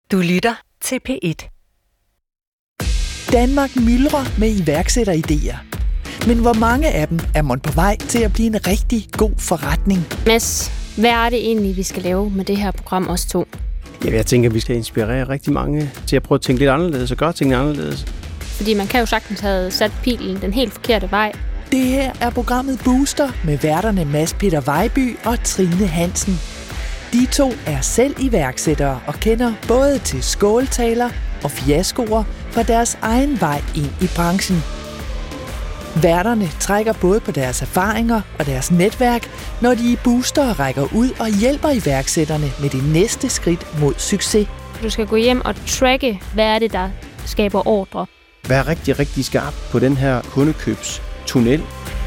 Du lytter til P1. Danmark myldrer med iværksætteridéer. Men hvor mange af dem er man på vej til at blive en rigtig god forretning? Mads, hvad er det egentlig, vi skal lave med det her program, os to? Ja, jeg tænker, at vi skal inspirere rigtig mange til at prøve at tænke lidt anderledes og gøre tingene anderledes. Fordi man kan jo sagtens have sat pilen den helt forkerte vej. Det her er programmet Booster med værterne Mads Peter Vejby og Trine Hansen. De to er selv iværksættere og kender både til skåltaler og fiaskoer fra deres egen vej ind i branchen. Værterne trækker både på deres erfaringer og deres netværk, når de i Booster rækker ud og hjælper iværksætterne med det næste skridt mod succes. Du skal gå hjem og tracke, hvad er det, der skaber ordre. Vær rigtig, rigtig skarp på den her kundekøbstunnel.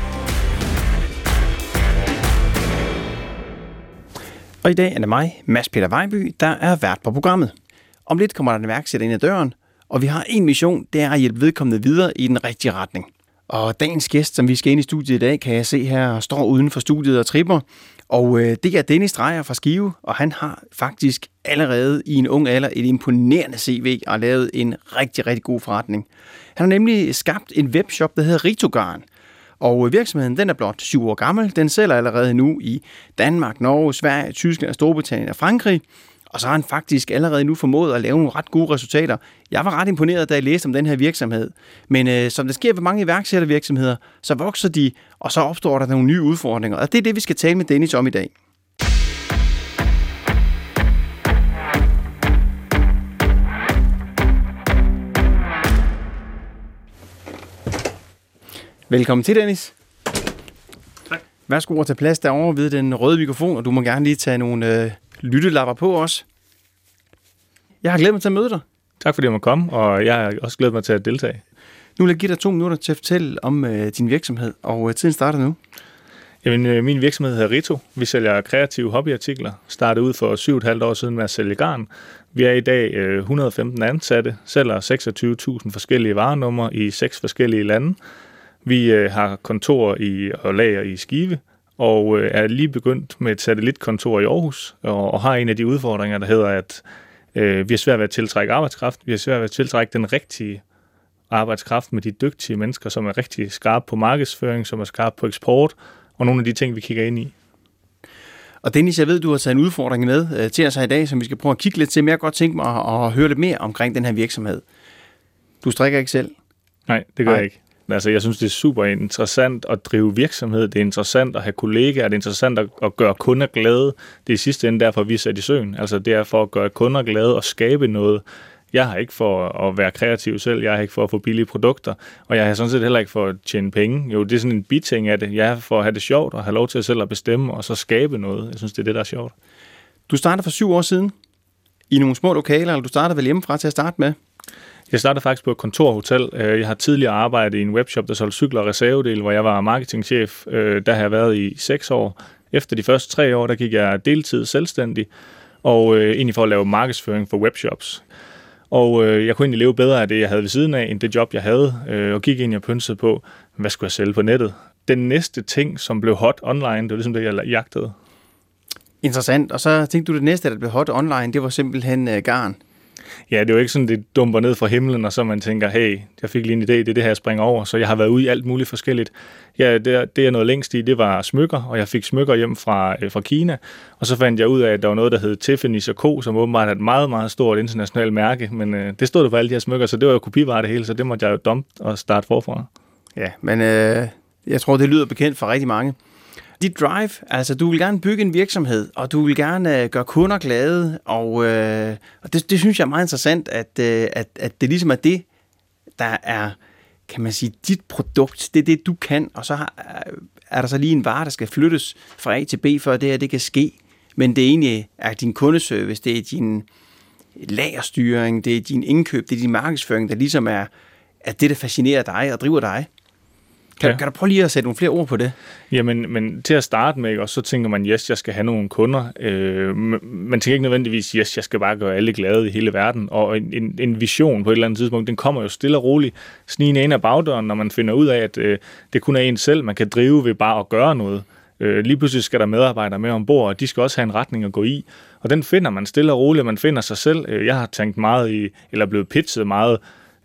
Og i dag er det mig, Mads Peter Vejby, der er vært på programmet. Om lidt kommer der en iværksætter ind ad døren, og vi har en mission, det er at hjælpe vedkommende videre i den rigtige retning. Og dagens gæst, som vi skal ind i studiet i dag, kan jeg se her, står uden for studiet og tripper. Og det er Dennis Dreyer fra Skive, og han har faktisk allerede i en ung alder et imponerende CV og lavet en rigtig, rigtig god forretning. Han har nemlig skabt en webshop, der hedder Ritogarn. Og virksomheden, den er blot 7 år gammel. Den sælger allerede nu i Danmark, Norge, Sverige, Tyskland, Storbritannien og Frankrig. Og så har han faktisk allerede nu formået at lave nogle ret gode resultater. Jeg var ret imponeret, da jeg læste om den her virksomhed. Men som det sker ved mange iværksættervirksomheder, så vokser de, og så opstår der nogle nye udfordringer. Og det er det, vi skal tale med Dennis om i dag. Velkommen til, Dennis. Tak. Værsgo at tage plads derovre ved den røde mikrofon, og du må gerne lige tage nogle lyttelapper på os. Jeg har glædet mig til at møde dig. Tak fordi jeg måtte komme, og jeg har også glædet mig til at deltage. Nu vil jeg give dig 2 minutter til at fortælle om din virksomhed, og tiden starter nu. Jamen, min virksomhed hedder Rito. Vi sælger kreative hobbyartikler. Startede ud for 7,5 år siden med at sælge garn. Vi er i dag 115 ansatte, sælger 26.000 forskellige varenumre i 6 forskellige lande. Vi har kontor og lager i Skive, og er lige begyndt med et satellitkontor i Aarhus, og har en af de udfordringer, der hedder, at vi har svært ved at tiltrække arbejdskraft. Vi har svært ved at tiltrække den rigtige arbejdskraft med de dygtige mennesker, som er rigtig skarpe på markedsføring, som er skarpe på eksport, og nogle af de ting, vi kigger ind i. Og Dennis, jeg ved, du har taget en udfordring med til os her i dag, som vi skal prøve at kigge lidt til, men jeg kan godt tænke mig at høre lidt mere omkring den her virksomhed. Du strikker ikke selv? Nej, det gør jeg ikke. Altså, jeg synes, det er super interessant at drive virksomhed. Det er interessant at have kollegaer. Det er interessant at gøre kunder glade. Det er i sidste ende derfor, vi er sat i søen. Altså, det er for at gøre kunder glade og skabe noget. Jeg har ikke for at være kreativ selv. Jeg har ikke for at få billige produkter. Og jeg har sådan set heller ikke for at tjene penge. Jo, det er sådan en biting af det. Jeg er for at have det sjovt og have lov til at selv at bestemme og så skabe noget. Jeg synes, det er det, der er sjovt. Du startede for 7 år siden i nogle små lokaler, eller du startede vel hjemmefra til at starte med? Jeg startede faktisk på et kontorhotel. Jeg har tidligere arbejdet i en webshop, der solgte cykler og reservedel, hvor jeg var marketingchef. Der har jeg været i 6 år. Efter de første 3 år, der gik jeg deltid selvstændig, og egentlig for at lave markedsføring for webshops. Og jeg kunne egentlig leve bedre af det, jeg havde ved siden af, end det job, jeg havde, og gik egentlig og pynsede på, hvad skulle jeg sælge på nettet. Den næste ting, som blev hot online, det var ligesom det, jeg jagtede. Interessant. Og så tænkte du, det næste, der blev hot online, det var simpelthen garn. Ja, det er jo ikke sådan, det dumper ned fra himlen, og så man tænker, hey, jeg fik lige en idé, det er det her, jeg springer over. Så jeg har været ude i alt muligt forskelligt. Ja, det jeg nåede længst i, det var smykker, og jeg fik smykker hjem fra Kina. Og så fandt jeg ud af, at der var noget, der hed Tiffany's & Co., som åbenbart er et meget, meget stort internationalt mærke. Men det stod der på alle de her smykker, så det var jo kopivare det hele, så det måtte jeg jo dumpe og starte forfra. Ja, men jeg tror, det lyder bekendt for rigtig mange. Dit drive, altså du vil gerne bygge en virksomhed, og du vil gerne gøre kunder glade, og det synes jeg er meget interessant, at det ligesom er det, der er, kan man sige, dit produkt, det er det, du kan, og så er der så lige en vare, der skal flyttes fra A til B, for det her, det kan ske, men det egentlig er din kundeservice, det er din lagerstyring, det er din indkøb, det er din markedsføring, der ligesom er det, der fascinerer dig og driver dig. Kan du prøve lige at sætte nogle flere ord på det? Jamen, men til at starte med, og så tænker man, yes, jeg skal have nogle kunder. Man tænker ikke nødvendigvis, yes, jeg skal bare gøre alle glade i hele verden. Og en vision på et eller andet tidspunkt, den kommer jo stille og roligt snigende ind ad bagdøren, når man finder ud af, at det kun er en selv, man kan drive ved bare at gøre noget. Lige pludselig skal der medarbejdere med ombord, og de skal også have en retning at gå i. Og den finder man stille og roligt, man finder sig selv. Jeg har tænkt meget i, eller blevet pitchet meget,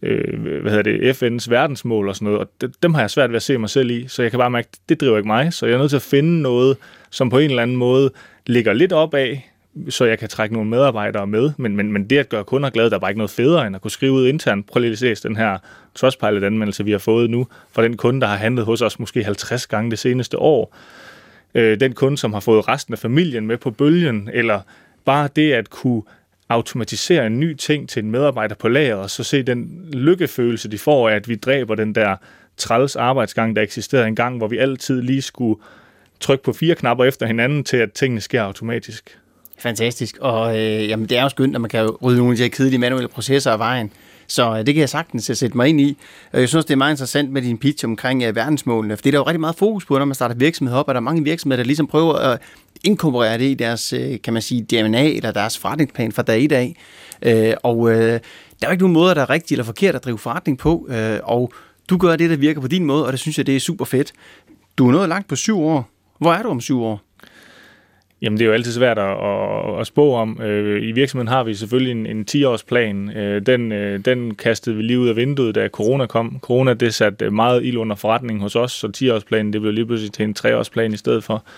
FN's verdensmål og sådan noget, og dem har jeg svært ved at se mig selv i, så jeg kan bare mærke, det driver ikke mig, så jeg er nødt til at finde noget, som på en eller anden måde ligger lidt op af, så jeg kan trække nogle medarbejdere med, men det at gøre kunder glade, der er bare ikke noget federe, end at kunne skrive ud internt. Prøv lige at læse den her Trustpilot-anmeldelse, vi har fået nu, fra den kunde, der har handlet hos os måske 50 gange det seneste år. Den kunde, som har fået resten af familien med på bølgen, eller bare det at kunne automatisere en ny ting til en medarbejder på lageret, og så se den lykkefølelse, de får af, at vi dræber den der træls arbejdsgang, der eksisterede engang, hvor vi altid lige skulle trykke på 4 knapper efter hinanden, til at tingene sker automatisk. Fantastisk, og det er jo skønt, at man kan rydde nogle af de her kedelige manuelle processer af vejen. Så det kan jeg sagtens sætte mig ind i. Jeg synes, det er meget interessant med din pitch omkring verdensmålene, for det er der jo rigtig meget fokus på, når man starter virksomhed op, og der er mange virksomheder, der ligesom prøver at inkorporere det i deres, kan man sige, DNA eller deres forretningsplan fra dag i dag. Der er jo ikke nogen måder, der er rigtigt eller forkert at drive forretning på, og du gør det, der virker på din måde, og det synes jeg, det er super fedt. Du er nået langt på 7 år. Hvor er du om 7 år? Jamen, det er jo altid svært at spå om. I virksomheden har vi selvfølgelig en 10-årsplan. Den kastede vi lige ud af vinduet, da corona kom. Corona, det satte meget ild under forretningen hos os, så 10-årsplanen, det blev lige pludselig til en 3-årsplan i stedet for.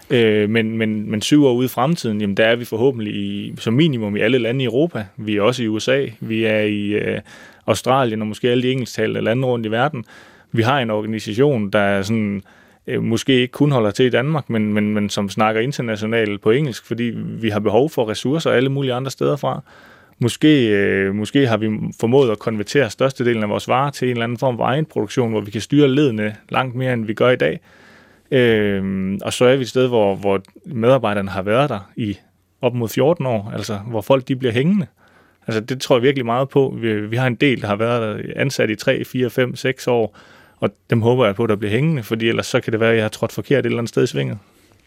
Men 7 år ude i fremtiden, jamen, der er vi forhåbentlig som minimum i alle lande i Europa. Vi er også i USA, vi er i Australien og måske alle de engelsktalende lande rundt i verden. Vi har en organisation, der er sådan måske ikke kun holder til i Danmark, men som snakker internationalt på engelsk, fordi vi har behov for ressourcer alle mulige andre steder fra. Måske har vi formået at konvertere størstedelen af vores varer til en eller anden form for egenproduktion, hvor vi kan styre ledene langt mere, end vi gør i dag. Og så er vi et sted, hvor medarbejderne har været der i op mod 14 år, altså hvor folk de bliver hængende. Altså det tror jeg virkelig meget på. Vi har en del, der har været ansat i 3, 4, 5, 6 år, og dem håber jeg på, der bliver hængende, fordi ellers så kan det være, at jeg har trådt forkert et eller andet sted i svinget.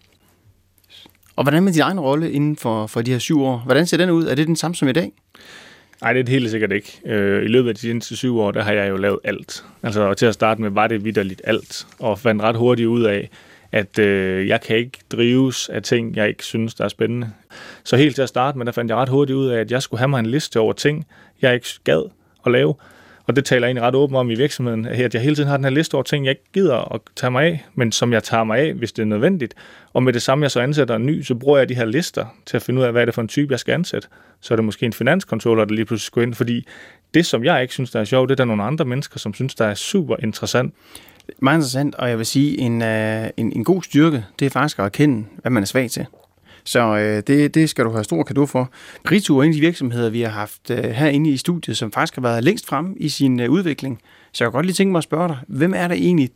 Og hvordan med din egen rolle inden for de her 7 år? Hvordan ser den ud? Er det den samme som i dag? Nej, det er det helt sikkert ikke. I løbet af de seneste 7 år, der har jeg jo lavet alt. Altså til at starte med, var det vitterligt alt, og fandt ret hurtigt ud af, at jeg kan ikke drives af ting, jeg ikke synes, der er spændende. Så helt til at starte med, der fandt jeg ret hurtigt ud af, at jeg skulle have mig en liste over ting, jeg ikke gad at lave. Og det taler jeg egentlig ret åbent om i virksomheden, at jeg hele tiden har den her liste over ting, jeg ikke gider at tage mig af, men som jeg tager mig af, hvis det er nødvendigt. Og med det samme, jeg så ansætter en ny, så bruger jeg de her lister til at finde ud af, hvad er det for en type, jeg skal ansætte. Så er det måske en finanskontroller, der lige pludselig skal ind, fordi det, som jeg ikke synes, der er sjovt, det er der nogle andre mennesker, som synes, der er super interessant. Meget interessant, og jeg vil sige, en god styrke, det er faktisk at erkende, hvad man er svag til. Så det skal du have stor cadeau for. Rito er en af de virksomheder, vi har haft herinde i studiet, som faktisk har været længst fremme i sin udvikling. Så jeg kan godt lige tænke mig at spørge dig, hvem er det egentlig,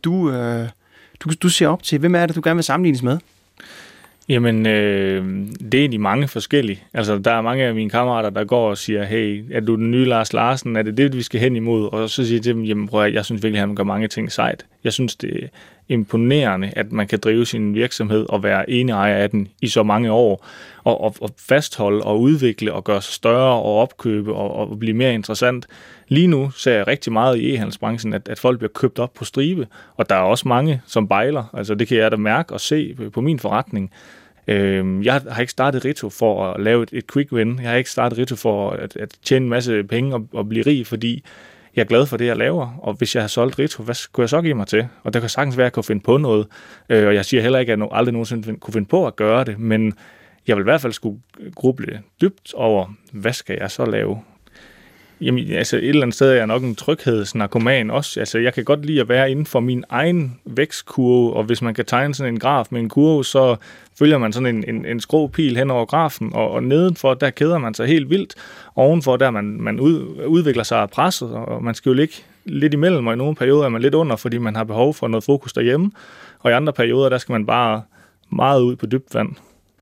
du ser op til? Hvem er det, du gerne vil sammenlignes med? Jamen, det er egentlig mange forskellige. Altså, der er mange af mine kammerater, der går og siger, hey, er du den nye Lars Larsen? Er det, vi skal hen imod? Og så siger de til dem, jamen prøv at, jeg synes virkelig, at han gør mange ting sejt. Jeg synes, det er imponerende, at man kan drive sin virksomhed og være eneejer af den i så mange år, og fastholde og udvikle og gøre sig større og opkøbe og blive mere interessant. Lige nu ser jeg rigtig meget i e-handelsbranchen, at folk bliver købt op på stribe, og der er også mange, som bejler. Altså det kan jeg da mærke og se på min forretning. Jeg har ikke startet Rito for at lave et quick win. Jeg har ikke startet Rito for at tjene en masse penge og blive rig, fordi jeg er glad for det, jeg laver, og hvis jeg har solgt Rito, hvad skulle jeg så give mig til? Og der kan sagtens være, at jeg kunne finde på noget, og jeg siger heller ikke, at jeg aldrig nogensinde kunne finde på at gøre det, men jeg vil i hvert fald skulle gruble dybt over, hvad skal jeg så lave? Jamen, altså et eller andet sted er jeg nok en tryghedsnarkoman også. Altså, jeg kan godt lide at være inden for min egen vækstkurve, og hvis man kan tegne sådan en graf med en kurve, så følger man sådan en skrå pil hen over grafen, og nedenfor, der keder man sig helt vildt. Ovenfor, der man udvikler sig af presset, og man skal jo ligge lidt imellem, og i nogle perioder er man lidt under, fordi man har behov for noget fokus derhjemme, og i andre perioder, der skal man bare meget ud på dybt vand.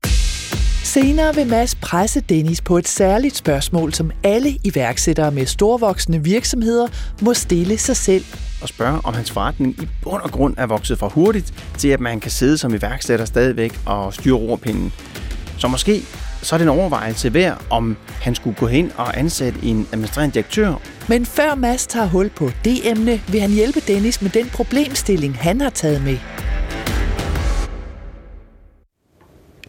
Senere vil Mads presse Dennis på et særligt spørgsmål, som alle iværksættere med storvoksende virksomheder må stille sig selv. Og spørge, om hans forretning i bund og grund er vokset for hurtigt, til at man kan sidde som iværksætter stadigvæk og styre rorpinden. Så måske så er det en overvejelse værd, om han skulle gå hen og ansætte en administrerende direktør. Men før Mads tager hul på det emne, vil han hjælpe Dennis med den problemstilling, han har taget med.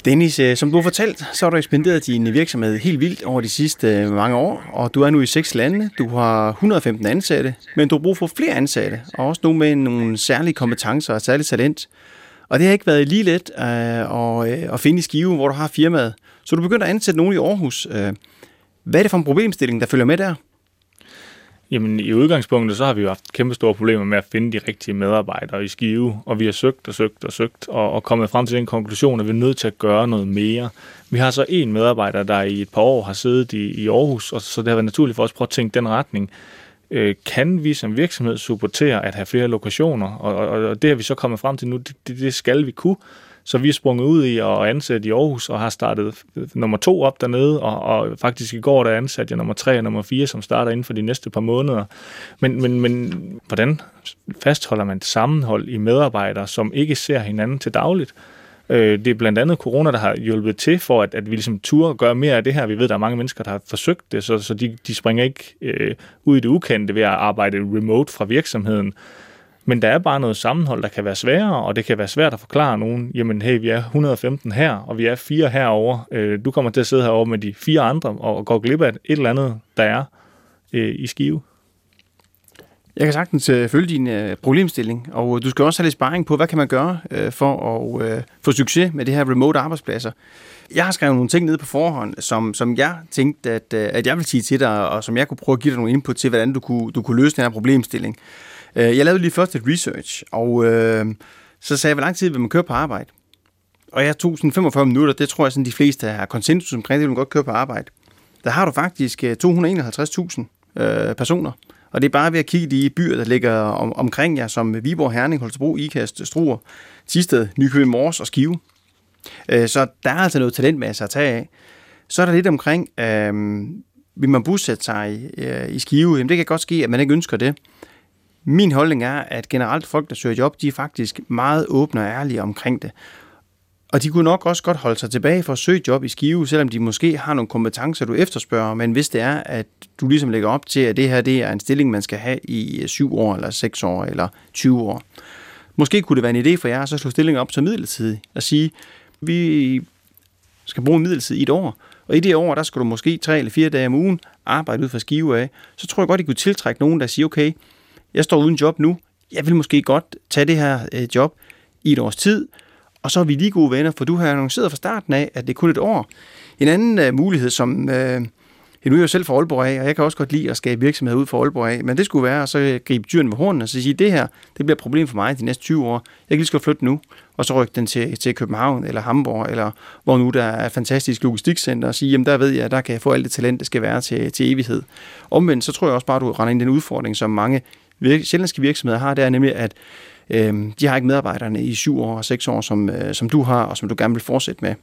Dennis, som du har fortalt, så har du ekspanderet din virksomhed helt vildt over de sidste mange år, og du er nu i 6 lande, du har 115 ansatte, men du har brug for flere ansatte, og også nogle med nogle særlige kompetencer og særligt talent. Og det har ikke været lige let at finde i Skive, hvor du har firmaet. Så du begynder at ansætte nogen i Aarhus. Hvad er det for en problemstilling, der følger med der? Jamen, i udgangspunktet, så har vi jo haft kæmpe store problemer med at finde de rigtige medarbejdere i Skive, og vi har søgt og kommet frem til den konklusion, at vi er nødt til at gøre noget mere. Vi har så en medarbejder, der i et par år har siddet i Aarhus, og så det har været naturligt for os at prøve at tænke den retning. Kan vi som virksomhed supportere at have flere lokationer? Og det har vi så kommet frem til nu, det skal vi kunne. Så vi er sprunget ud i at ansætte i Aarhus, og har startet nummer 2 op dernede, og faktisk i går, der ansatte jeg nummer 3 og nummer 4, som starter inden for de næste par måneder. Men hvordan fastholder man et sammenhold i medarbejdere, som ikke ser hinanden til dagligt? Det er blandt andet corona, der har hjulpet til for, at vi ligesom turde gøre mere af det her. Vi ved, at der er mange mennesker, der har forsøgt det, så de springer ikke ud i det ukendte ved at arbejde remote fra virksomheden. Men der er bare noget sammenhold, der kan være sværere, og det kan være svært at forklare nogen, jamen hey, vi er 115 her, og vi er 4 herovre. Du kommer til at sidde herovre med de 4 andre, og går glip af et eller andet, der er i Skive. Jeg kan sagtens følge din problemstilling, og du skal også have lidt sparring på, hvad kan man gøre for at få succes med det her remote arbejdspladser. Jeg har skrevet nogle ting ned på forhånd, som jeg tænkte, at jeg vil sige til dig, og som jeg kunne prøve at give dig nogle input til, hvordan du kunne løse den her problemstilling. Jeg lavede lige først et research, og så sagde jeg, hvor lang tid vil man køre på arbejde? Og jeg tog sådan 45 minutter, det tror jeg sådan de fleste har konsensus omkring, det vil man godt køre på arbejde. Der har du faktisk 251.000 personer, og det er bare ved at kigge de byer, der ligger omkring jer, som Viborg, Herning, Holstebro, Ikast, Struer, Thisted, Nykøbing Mors og Skive. Så der er altså noget talentmasse at tage af. Så er der lidt omkring, vil man bosætte sig i Skive? Jamen det kan godt ske, at man ikke ønsker det. Min holdning er, at generelt folk, der søger job, de er faktisk meget åbne og ærlige omkring det. Og de kunne nok også godt holde sig tilbage for at søge job i Skive, selvom de måske har nogle kompetencer, du efterspørger. Men hvis det er, at du ligesom lægger op til, at det her det er en stilling, man skal have i 7 år, eller 6 år, eller 20 år. Måske kunne det være en idé for jer at så slå stillingen op som midlertidig og sige, vi skal bruge en midlertidig i 1 år. Og i det år, der skal du måske 3 eller 4 dage om ugen arbejde ud fra Skive af. Så tror jeg godt, I kunne tiltrække nogen, der siger, okay, jeg står uden job nu, jeg vil måske godt tage det her job i 1 års tid, og så er vi lige gode venner, for du har annonceret fra starten af, at det er kun 1 år. En anden mulighed, som nu er jeg selv fra Aalborg af, og jeg kan også godt lide at skabe virksomhed ud fra Aalborg af, men det skulle være at så gribe dyrene ved hornene og så sige, det her, det bliver et problem for mig de næste 20 år. Jeg kan lige skal flytte nu, og så rykke den til København eller Hamburg, eller hvor nu der er et fantastisk logistikcenter, og sige, jamen der ved jeg, der kan jeg få alt det talent, det skal være til evighed. Omvendt, så tror jeg også bare, du render ind i den udfordring, som mange sjællandske virksomheder har, det er nemlig, at de har ikke medarbejderne i 7 år og 6 år, som du har, og som du gerne vil fortsætte med.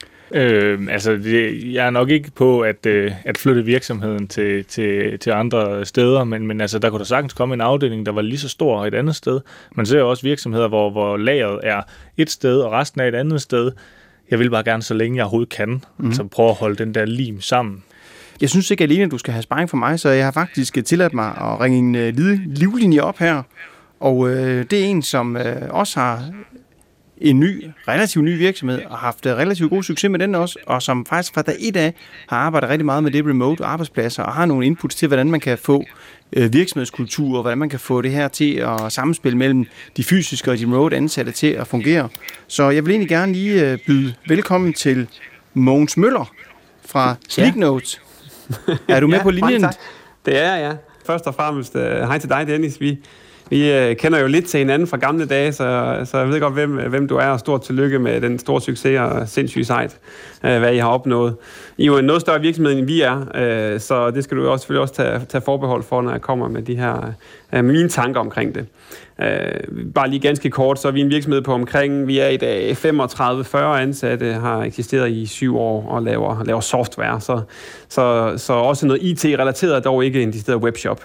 Jeg er nok ikke på at flytte virksomheden til andre steder, men altså, der kunne der sagtens komme en afdeling, der var lige så stor et andet sted. Man ser jo også virksomheder, hvor lageret er et sted, og resten er et andet sted. Jeg vil bare gerne, så længe jeg overhovedet kan, så prøve at holde den der lim sammen. Jeg synes ikke alene, at du skal have sparring for mig, så jeg har faktisk tilladt mig at ringe en livlinje op her. Og det er en, som også har en relativt ny virksomhed, og har haft relativt god succes med den også, og som faktisk fra dag 1 af har arbejdet rigtig meget med det remote arbejdspladser, og har nogle inputs til, hvordan man kan få virksomhedskultur, og hvordan man kan få det her til at samspille mellem de fysiske og de remote ansatte til at fungere. Så jeg vil egentlig gerne lige byde velkommen til Mogens Møller fra Sliknote. Er du med på linjen? Tak. Det er jeg. Først og fremmest, hej til dig, Dennis. Vi kender jo lidt til hinanden fra gamle dage, så jeg ved godt, hvem du er, og stort tillykke med den store succes og sindssygt sejt, hvad I har opnået. I er jo en noget større virksomhed, end vi er, så det skal du også selvfølgelig også tage forbehold for, når jeg kommer med de her mine tanker omkring det. Bare lige ganske kort, så er vi en virksomhed på omkring, vi er i dag 35-40 ansatte, har eksisteret i 7 år og laver software, så også noget IT-relateret, dog ikke en decideret webshop.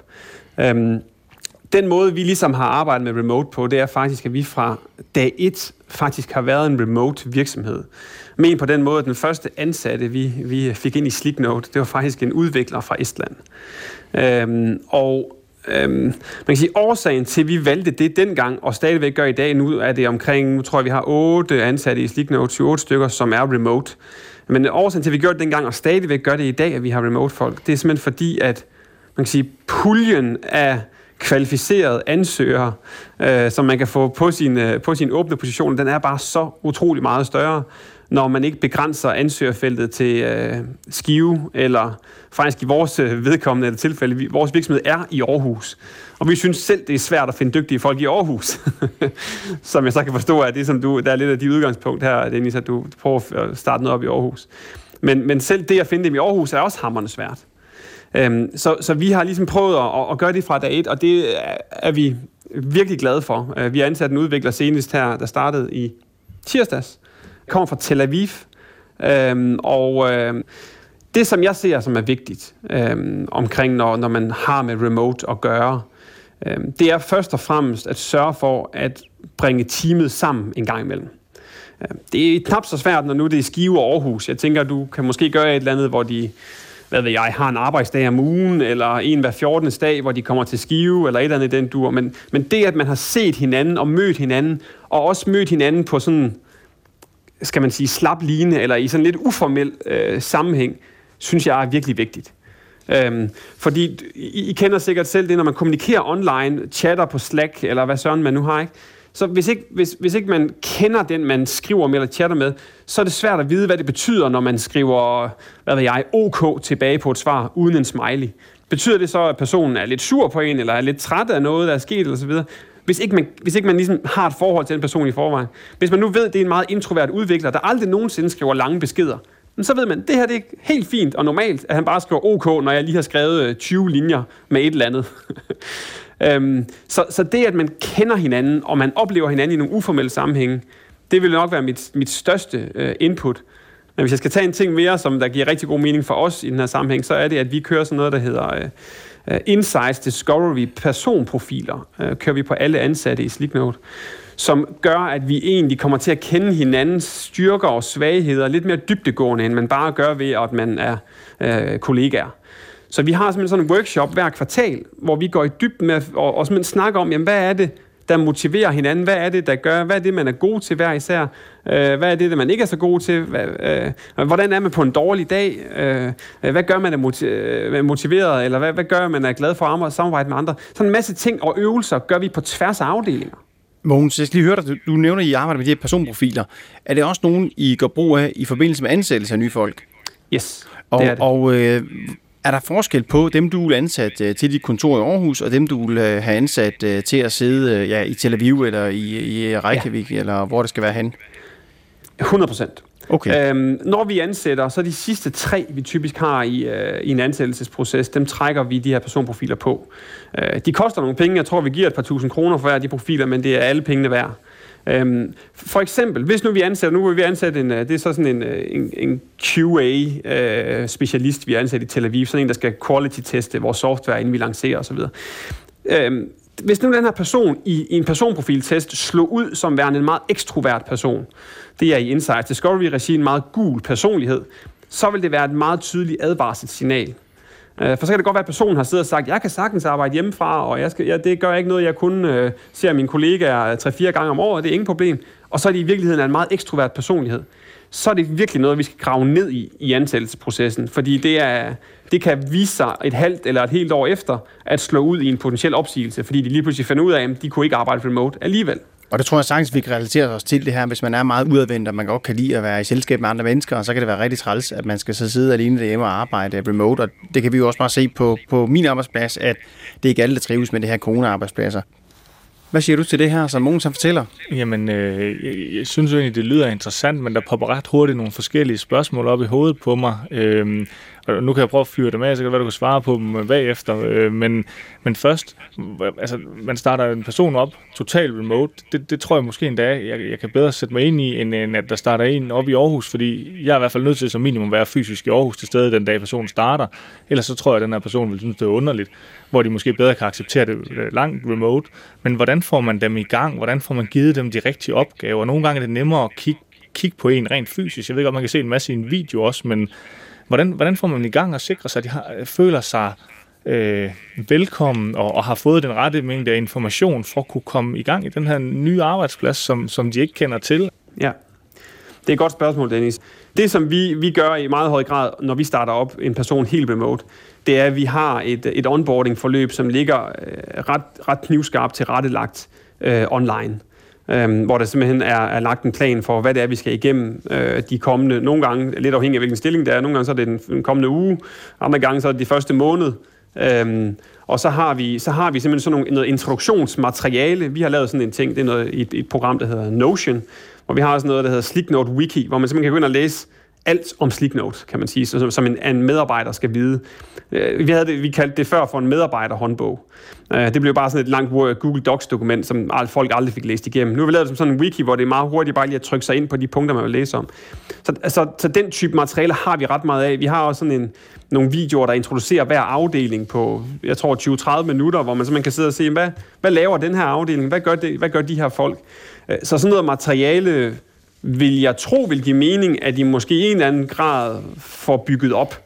Den måde, vi ligesom har arbejdet med remote på, det er faktisk, at vi fra dag 1 faktisk har været en remote virksomhed. Men på den måde, at den første ansatte, vi fik ind i Sliknote, det var faktisk en udvikler fra Estland. man kan sige, årsagen til, at vi valgte det dengang, og stadigvæk gør i dag, nu er det omkring, nu tror jeg, vi har 8 ansatte i Sleeknote, 28 stykker, som er remote. Men årsagen til, at vi gjorde det dengang, og stadigvæk gør det i dag, at vi har remote folk, det er simpelthen fordi, at man kan sige, puljen af kvalificerede ansøgere, som man kan få på sin åbne position, den er bare så utrolig meget større, når man ikke begrænser ansøgerfeltet til Skive, eller faktisk i vores vedkommende tilfælde, vores virksomhed er i Aarhus. Og vi synes selv, det er svært at finde dygtige folk i Aarhus. Som jeg så kan forstå, at det som der er lidt af dit udgangspunkt her, Dennis, at du prøver at starte noget op i Aarhus. Men selv det at finde dem i Aarhus er også hamrende svært. Så vi har ligesom prøvet at gøre det fra dag 1, og det er vi virkelig glade for. Vi har ansat en udvikler senest her, der startede i tirsdags. Kommer fra Tel Aviv. Det, som jeg ser, som er vigtigt omkring, når man har med remote at gøre, det er først og fremmest at sørge for at bringe teamet sammen en gang imellem. Det er knap så svært, når nu det er Skive og Aarhus. Jeg tænker, du kan måske gøre et eller andet, hvor de har en arbejdsdag om ugen, eller en hver 14. dag, hvor de kommer til Skive, eller et eller andet i den dur. Men det, at man har set hinanden og mødt hinanden, og også mødt hinanden på sådan, skal man sige, slap line, eller i sådan lidt uformel sammenhæng, synes jeg er virkelig vigtigt. Fordi I kender sikkert selv det, når man kommunikerer online, chatter på Slack, eller hvad søren man nu har, ikke? Så hvis ikke man kender den, man skriver med eller chatter med, så er det svært at vide, hvad det betyder, når man skriver, OK tilbage på et svar, uden en smiley. Betyder det så, at personen er lidt sur på en, eller er lidt træt af noget, der er sket, eller så videre? Hvis ikke man ligesom har et forhold til den person i forvejen. Hvis man nu ved, at det er en meget introvert udvikler, der aldrig nogensinde skriver lange beskeder, så ved man, at det her det er helt fint og normalt, at han bare skriver OK, når jeg lige har skrevet 20 linjer med et eller andet. Så det, at man kender hinanden, og man oplever hinanden i nogle uformelle sammenhænge, det vil nok være mit største input. Men hvis jeg skal tage en ting mere, som der giver rigtig god mening for os i den her sammenhæng, så er det, at vi kører sådan noget, der hedder Insights Discovery personprofiler, kører vi på alle ansatte i Sleeknote, som gør, at vi egentlig kommer til at kende hinandens styrker og svagheder lidt mere dybdegående, end man bare gør ved, at man er kollegaer. Så vi har simpelthen sådan en workshop hver kvartal, hvor vi går i dybden med og simpelthen snakker om, jamen, hvad er det, der motiverer hinanden? Hvad er det, der gør? Hvad er det, man er god til hver især? Hvad er det, man ikke er så god til? Hvordan er man på en dårlig dag? Hvad gør man er motiveret? Eller hvad gør man er glad for at samarbejde med andre? Sådan en masse ting og øvelser gør vi på tværs af afdelinger. Mogens, jeg skal lige høre dig. Du nævner, at I arbejder med de her personprofiler. Er det også nogen, I går brug af i forbindelse med ansættelse af nye folk? Yes, det er det. Og er der forskel på dem, du vil ansat til dit kontor i Aarhus, og dem, du vil have ansat til at sidde i Tel Aviv, eller i Reykjavik, eller hvor det skal være hen? 100%. Okay. Når vi ansætter, så de sidste 3, vi typisk har i en ansættelsesproces, dem trækker vi de her personprofiler på. De koster nogle penge. Jeg tror, vi giver et par tusind kroner for hver af de profiler, men det er alle pengene værd. For eksempel, hvis nu vi ansætter, nu vil vi ansætte det er så sådan en QA-specialist, vi har ansat i Tel Aviv, sådan en, der skal quality-teste vores software, inden vi lancerer osv. Hvis nu den her person i en personprofiltest slog ud som værende en meget ekstrovert person, det er i Insights Discovery-regi en meget gul personlighed, så vil det være et meget tydeligt advarselssignal. For så kan det godt være, at personen har siddet og sagt, jeg kan sagtens arbejde hjemmefra, og det gør ikke noget, jeg kun ser mine kollegaer 3-4 gange om året, det er ingen problem. Og så er det i virkeligheden en meget ekstrovert personlighed. Så er det virkelig noget, vi skal grave ned i ansættelsesprocessen, fordi det kan vise sig et halvt eller et helt år efter at slå ud i en potentiel opsigelse, fordi de lige pludselig finder ud af, at de kunne ikke arbejde remote alligevel. Og det tror jeg sagtens, vi kan relatere os til det her, hvis man er meget udadvendt, og man godt kan lide at være i selskab med andre mennesker, og så kan det være rigtig træls, at man skal så sidde alene derhjemme og arbejde remote, og det kan vi jo også bare se på min arbejdsplads, at det ikke alle, der trives med det her corona-arbejdspladser. Hvad siger du til det her, som Mogens fortæller? Jamen, jeg synes egentlig, det lyder interessant, men der popper ret hurtigt nogle forskellige spørgsmål op i hovedet på mig. Og nu kan jeg prøve at fyre dem af, så kan det være, du kan svare på dem bagefter. Men først, altså, man starter en person op, total remote. Det tror jeg måske endda, jeg kan bedre sætte mig ind i, end at der starter en op i Aarhus, fordi jeg er i hvert fald nødt til som minimum være fysisk i Aarhus til stede den dag, personen starter. Ellers så tror jeg, at den her person vil synes, det er underligt, hvor de måske bedre kan acceptere det langt remote. Men hvordan får man dem i gang? Hvordan får man givet dem de rigtige opgaver? Nogle gange er det nemmere at kigge på en rent fysisk. Jeg ved godt, man kan se en masse i en video også, men hvordan får man i gang og sikre sig, at de føler sig velkommen og har fået den rette mængde af information for at kunne komme i gang i den her nye arbejdsplads, som de ikke kender til. Ja, det er et godt spørgsmål, Dennis. Det, som vi gør i meget høj grad, når vi starter op en person helt remote, det er, at vi har et onboarding-forløb, som ligger ret knivskarpt tilrettelagt online. Hvor der simpelthen er lagt en plan for, hvad det er, vi skal igennem de kommende, nogle gange, lidt afhængig af hvilken stilling det er, nogle gange så er det den kommende uge, andre gange så er det de første måned. Og så har vi simpelthen sådan noget introduktionsmateriale. Vi har lavet sådan en ting, det er noget i et program, der hedder Notion, hvor vi har sådan noget, der hedder Slicknote Wiki, hvor man simpelthen kan gå ind og læse alt om Slicknote, kan man sige, som en medarbejder skal vide. Vi kaldte det før for en medarbejderhåndbog. Det blev bare sådan et langt Google Docs-dokument, som folk aldrig fik læst igennem. Nu har vi lavet det som sådan en wiki, hvor det er meget hurtigt bare lige at trykke sig ind på de punkter, man vil læse om. Så den type materiale har vi gør meget af. Vi har også sådan nogle videoer, der introducerer hver afdeling på, jeg tror, 20-30 minutter, hvor man simpelthen kan sidde og se, hvad laver den her afdeling? Hvad gør de her folk? Så sådan noget materiale vil jeg tro vil give mening, at de måske i en eller anden grad får bygget op.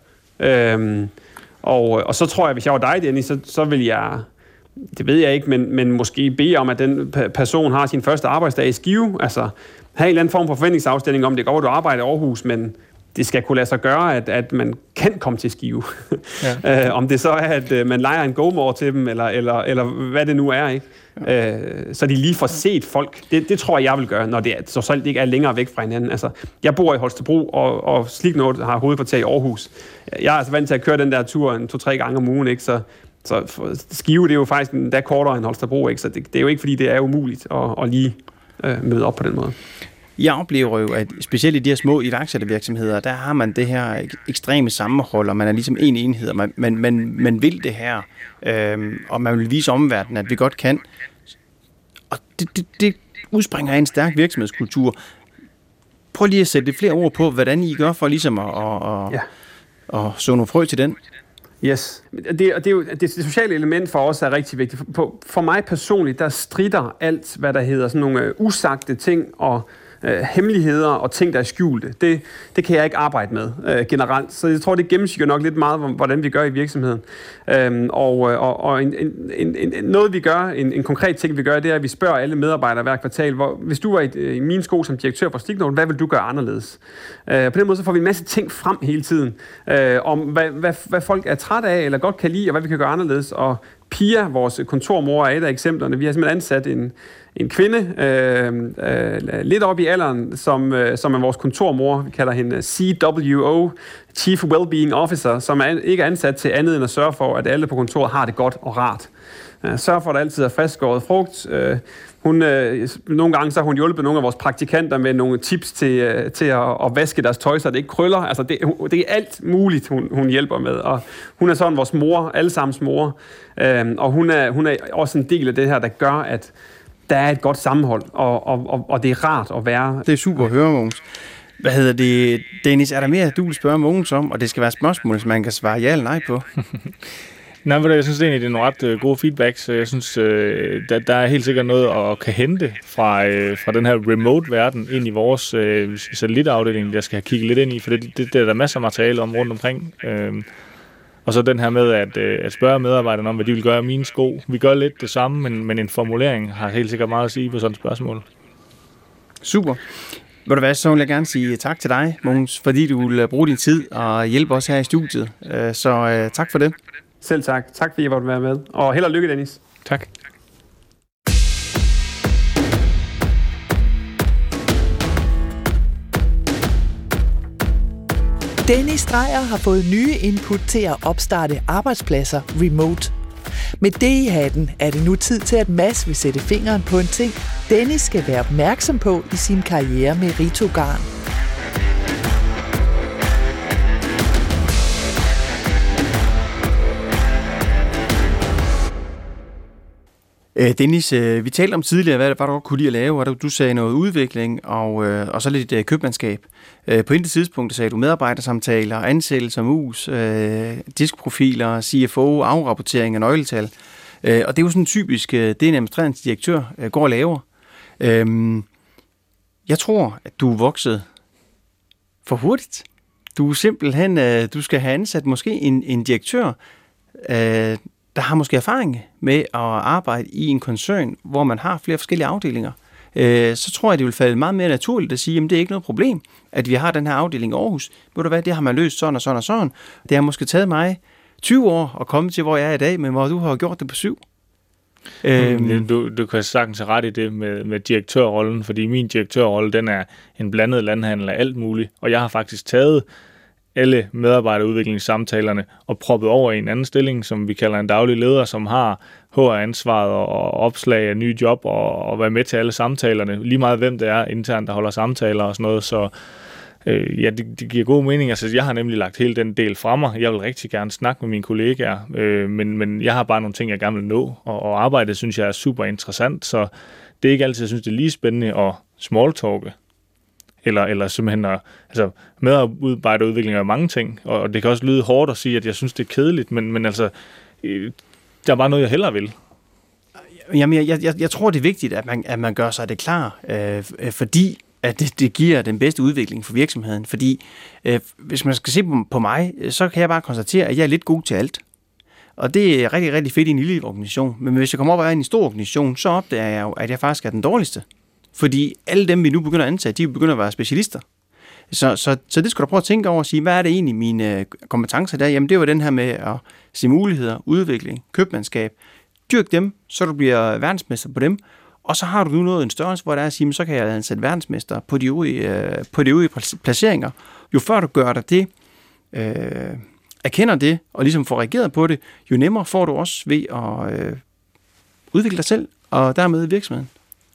Og så tror jeg, hvis jeg var dig, Dennis, så vil jeg, det ved jeg ikke, men måske bede om, at den person har sin første arbejdsdag i Skive. Altså have en eller anden form for forventningsafstemning om, det går, at du arbejder i Aarhus, men det skal kunne lade sig gøre, at man kan komme til Skive. Ja. Om det så er, at man lejer en GoMore til dem, eller hvad det nu er, ikke? Ja. Så de lige får set folk. Det tror jeg vil gøre, når det så selv ikke er længere væk fra hinanden. Altså, jeg bor i Holstebro, og Slicknote har hovedkvarter i Aarhus. Jeg er altså vant til at køre den der tur 2-3 gange om ugen, ikke? Så Skive, det er jo faktisk endda kortere end Holstebro, ikke? Så det er jo ikke, fordi det er umuligt at lige møde op på den måde. Jeg oplever jo, at specielt i de her små iværksættervirksomheder, der har man det her ekstreme sammenhold, og man er ligesom en enhed, og man vil det her, og man vil vise omverdenen, at vi godt kan. Og det udspringer af en stærk virksomhedskultur. Prøv lige at sætte lidt flere ord på, hvordan I gør for ligesom at så nogle frø til den. Yes. Det sociale element for os er rigtig vigtigt. For mig personligt, der strider alt, hvad der hedder sådan nogle usagte ting og hemmeligheder og ting, der er skjulte. Det kan jeg ikke arbejde med generelt. Så jeg tror, det gennemsyrer nok lidt meget, hvordan vi gør i virksomheden. Noget vi gør, en konkret ting vi gør, det er, at vi spørger alle medarbejdere hver kvartal, hvis du var i min sko som direktør for Slicknote, hvad vil du gøre anderledes? På den måde så får vi en masse ting frem hele tiden, om hvad folk er træt af, eller godt kan lide, og hvad vi kan gøre anderledes. Og Pia, vores kontormor, er et af eksemplerne. Vi har simpelthen ansat en kvinde, lidt op i alderen, som er vores kontormor. Vi kalder hende CWO, Chief Wellbeing Officer, som ikke er ansat til andet end at sørge for, at alle på kontoret har det godt og rart. Sørger for, at der altid er friskskåret frugt. Nogle gange så har hun hjulpet nogle af vores praktikanter med nogle tips til at vaske deres tøj, så det ikke krøller. Altså det er alt muligt, hun hjælper med. Og hun er sådan vores mor, allesammens mor. Og hun er også en del af det her, der gør, at der er et godt sammenhold, og det er rart at være. Det er super at høre, Mogens. Hvad hedder det, Dennis? Er der mere, du vil spørge Mogens om, og det skal være spørgsmål, som man kan svare ja eller nej på? Nej, men jeg synes egentlig, det er nogle ret gode feedbacks. Jeg synes, der er helt sikkert noget at kan hente fra den her remote-verden ind i vores satellitafdeling, jeg skal have kigget lidt ind i, for det er der masser af materiale om rundt omkring. Og så den her med at spørge medarbejderne om, hvad de vil gøre af mine sko. Vi gør lidt det samme, men en formulering har helt sikkert meget at sige på sådan et spørgsmål. Super. Vil du være, så vil jeg gerne sige tak til dig, Mogens, fordi du vil bruge din tid og hjælpe os her i studiet. Så tak for det. Selv tak. Tak fordi jeg måtte være med. Og held og lykke, Dennis. Tak. Dennis Dreyer har fået nye input til at opstarte arbejdspladser remote. Med det i hatten er det nu tid til, at Mads vil sætte fingeren på en ting, Dennis skal være opmærksom på i sin karriere med Rito Garn. Dennis, vi talte om tidligere, hvad du godt kunne lide at lave, og du sagde noget udvikling og så lidt købmandskab. På et tidspunkt sagde du medarbejdersamtaler, ansættelse som mus, diskprofiler, CFO, afrapportering af nøgletal. Og det er jo sådan typisk, det en administrerende direktør går og laver. Jeg tror, at du er vokset for hurtigt. Du er simpelthen, du skal have ansat måske en direktør, der har måske erfaring med at arbejde i en koncern, hvor man har flere forskellige afdelinger, så tror jeg, det vil falde meget mere naturligt at sige, at det er ikke noget problem, at vi har den her afdeling i Aarhus. Ved du hvad, det har man løst sådan og sådan og sådan. Det har måske taget mig 20 år at komme til, hvor jeg er i dag, men hvor du har gjort det på 7. Du kan sagtens have ret i det med direktørrollen, fordi min direktørrolle, den er en blandet landhandel af alt muligt, og jeg har faktisk taget alle medarbejderudviklingssamtalerne og proppet over i en anden stilling, som vi kalder en daglig leder, som har HR-ansvaret og opslag af nye job og være med til alle samtalerne, lige meget hvem det er internt, der holder samtaler og sådan noget, så ja, det giver god mening. Altså, jeg har nemlig lagt hele den del fra mig. Jeg vil rigtig gerne snakke med mine kollegaer, men jeg har bare nogle ting, jeg gerne vil nå, og arbejdet synes jeg er super interessant, så det er ikke altid, jeg synes, det er lige spændende at smalltalke. Eller simpelthen medarbejderudvikling er mange ting, og det kan også lyde hårdt at sige, at jeg synes, det er kedeligt, men altså, der er bare noget, jeg hellere vil. Jamen, jeg tror, det er vigtigt, at man gør sig det klar, fordi at det giver den bedste udvikling for virksomheden. Fordi hvis man skal se på mig, så kan jeg bare konstatere, at jeg er lidt god til alt. Og det er rigtig, rigtig fedt i en lille organisation. Men hvis jeg kommer op og er i en stor organisation, så opdager jeg jo, at jeg faktisk er den dårligste. Fordi alle dem, vi nu begynder at ansætte, de begynder at være specialister. Så det skal du prøve at tænke over og sige, hvad er det egentlig mine kompetencer der? Jamen det var den her med at se muligheder, udvikling, købmandskab. Dyrk dem, så du bliver verdensmester på dem. Og så har du nu nået en størrelse, hvor der er at sige, så kan jeg ansætte verdensmester på de øvrige placeringer. Jo før du gør dig det, erkender det, og ligesom får reageret på det, jo nemmere får du også ved at udvikle dig selv, og dermed virksomheden.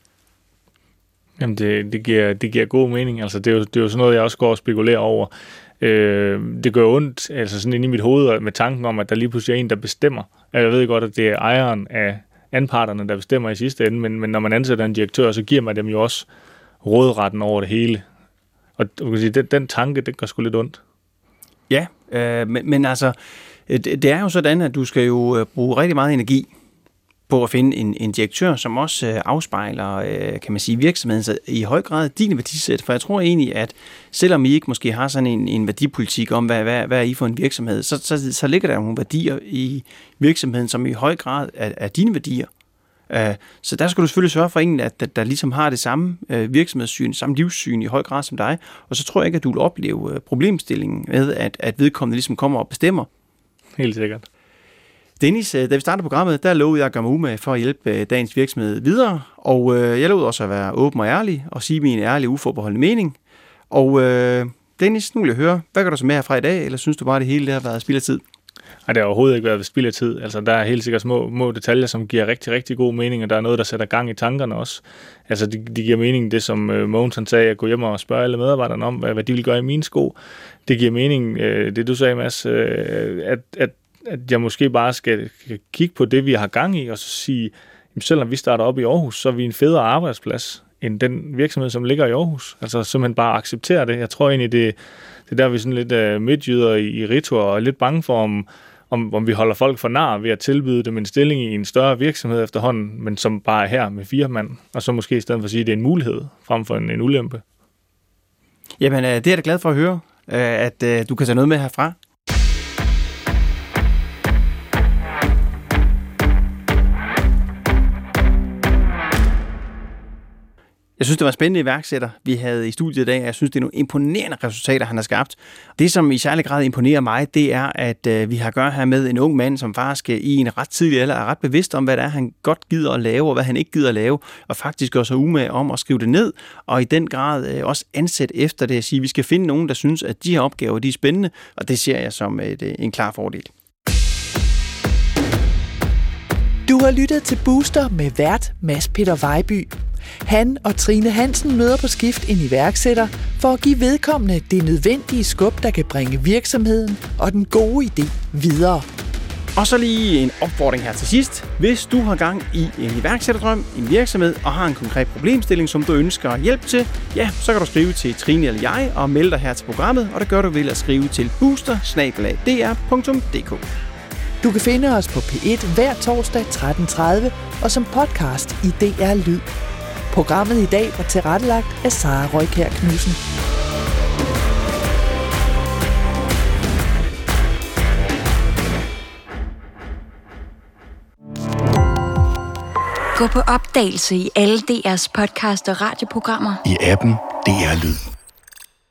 Jamen, det giver god mening. Altså, det er jo sådan noget, jeg også går og spekulerer over. Det gør ondt, altså sådan inde i mit hoved, med tanken om, at der lige pludselig er en, der bestemmer. Jeg ved godt, at det er ejeren af anparterne, der bestemmer i sidste ende, men når man ansætter en direktør, så giver man dem jo også råderetten over det hele. Og du kan sige, den tanke, det gør sgu lidt ondt. Ja, men altså, det er jo sådan, at du skal jo bruge rigtig meget energi på at finde en direktør, som også afspejler, kan man sige, virksomheden så i høj grad dine værdisæt. For jeg tror egentlig, at selvom I ikke måske har sådan en værdipolitik om, hvad er I for en virksomhed, så ligger der nogle værdier i virksomheden, som i høj grad er dine værdier. Så der skal du selvfølgelig sørge for en, at der ligesom har det samme virksomhedssyn, samme livssyn i høj grad som dig. Og så tror jeg ikke, at du vil opleve problemstillingen med, at vedkommende ligesom kommer og bestemmer. Helt sikkert. Dennis, da vi startede programmet, der lovede jeg at gøre mig umage for at hjælpe dagens virksomhed videre, og jeg lovede også at være åben og ærlig og sige min ærlige, uforbeholdende mening. Og Dennis, nu vil jeg høre, hvad gør du så med herfra i dag, eller synes du bare, at det hele det har været spild af tid? Nej, det har overhovedet ikke været spild af tid. Altså, der er helt sikkert små detaljer, som giver rigtig, rigtig god mening, og der er noget, der sætter gang i tankerne også. Altså, det giver mening, det som Mogens han sagde, at gå hjem og spørge alle medarbejderne om, hvad de vil gøre i mine sko. Det giver mening, det du sagde, Mads, at jeg måske bare skal kigge på det, vi har gang i, og så sige, jamen, selvom vi starter op i Aarhus, så er vi en federe arbejdsplads end den virksomhed, som ligger i Aarhus. Altså simpelthen bare acceptere det. Jeg tror egentlig, det er der, vi er sådan lidt midtjyder i Rito, og er lidt bange for, om vi holder folk for nar ved at tilbyde dem en stilling i en større virksomhed efterhånden, men som bare er her med 4 mand, og så måske i stedet for at sige, at det er en mulighed, frem for en ulempe. Jamen, det er jeg da glad for at høre, at du kan tage noget med herfra. Jeg synes, det var en spændende iværksætter, vi havde i studiet i dag. Jeg synes, det er nogle imponerende resultater, han har skabt. Det, som i særlig grad imponerer mig, det er, at vi har at gøre her med en ung mand, som faktisk i en ret tidlig alder er ret bevidst om, hvad det er, han godt gider at lave, og hvad han ikke gider at lave, og faktisk gør sig umage om at skrive det ned, og i den grad også ansætte efter det at sige, at vi skal finde nogen, der synes, at de her opgaver de er spændende, og det ser jeg som en klar fordel. Du har lyttet til Booster med vært Mads Peter Vejby. Han og Trine Hansen møder på skift en iværksætter for at give vedkommende det nødvendige skub, der kan bringe virksomheden og den gode idé videre. Og så lige en opfordring her til sidst. Hvis du har gang i en iværksætterdrøm, en virksomhed og har en konkret problemstilling, som du ønsker hjælp til, ja, så kan du skrive til Trine eller jeg og melde dig her til programmet, og det gør du ved at skrive til booster@dr.dk. Du kan finde os på P1 hver torsdag 13:30 og som podcast i DR Lyd. Programmet i dag var tilrettelagt af Sara Røykjær Knudsen. Gå på opdagelse i alle DR's podcast og radioprogrammer. I appen DR Lyd.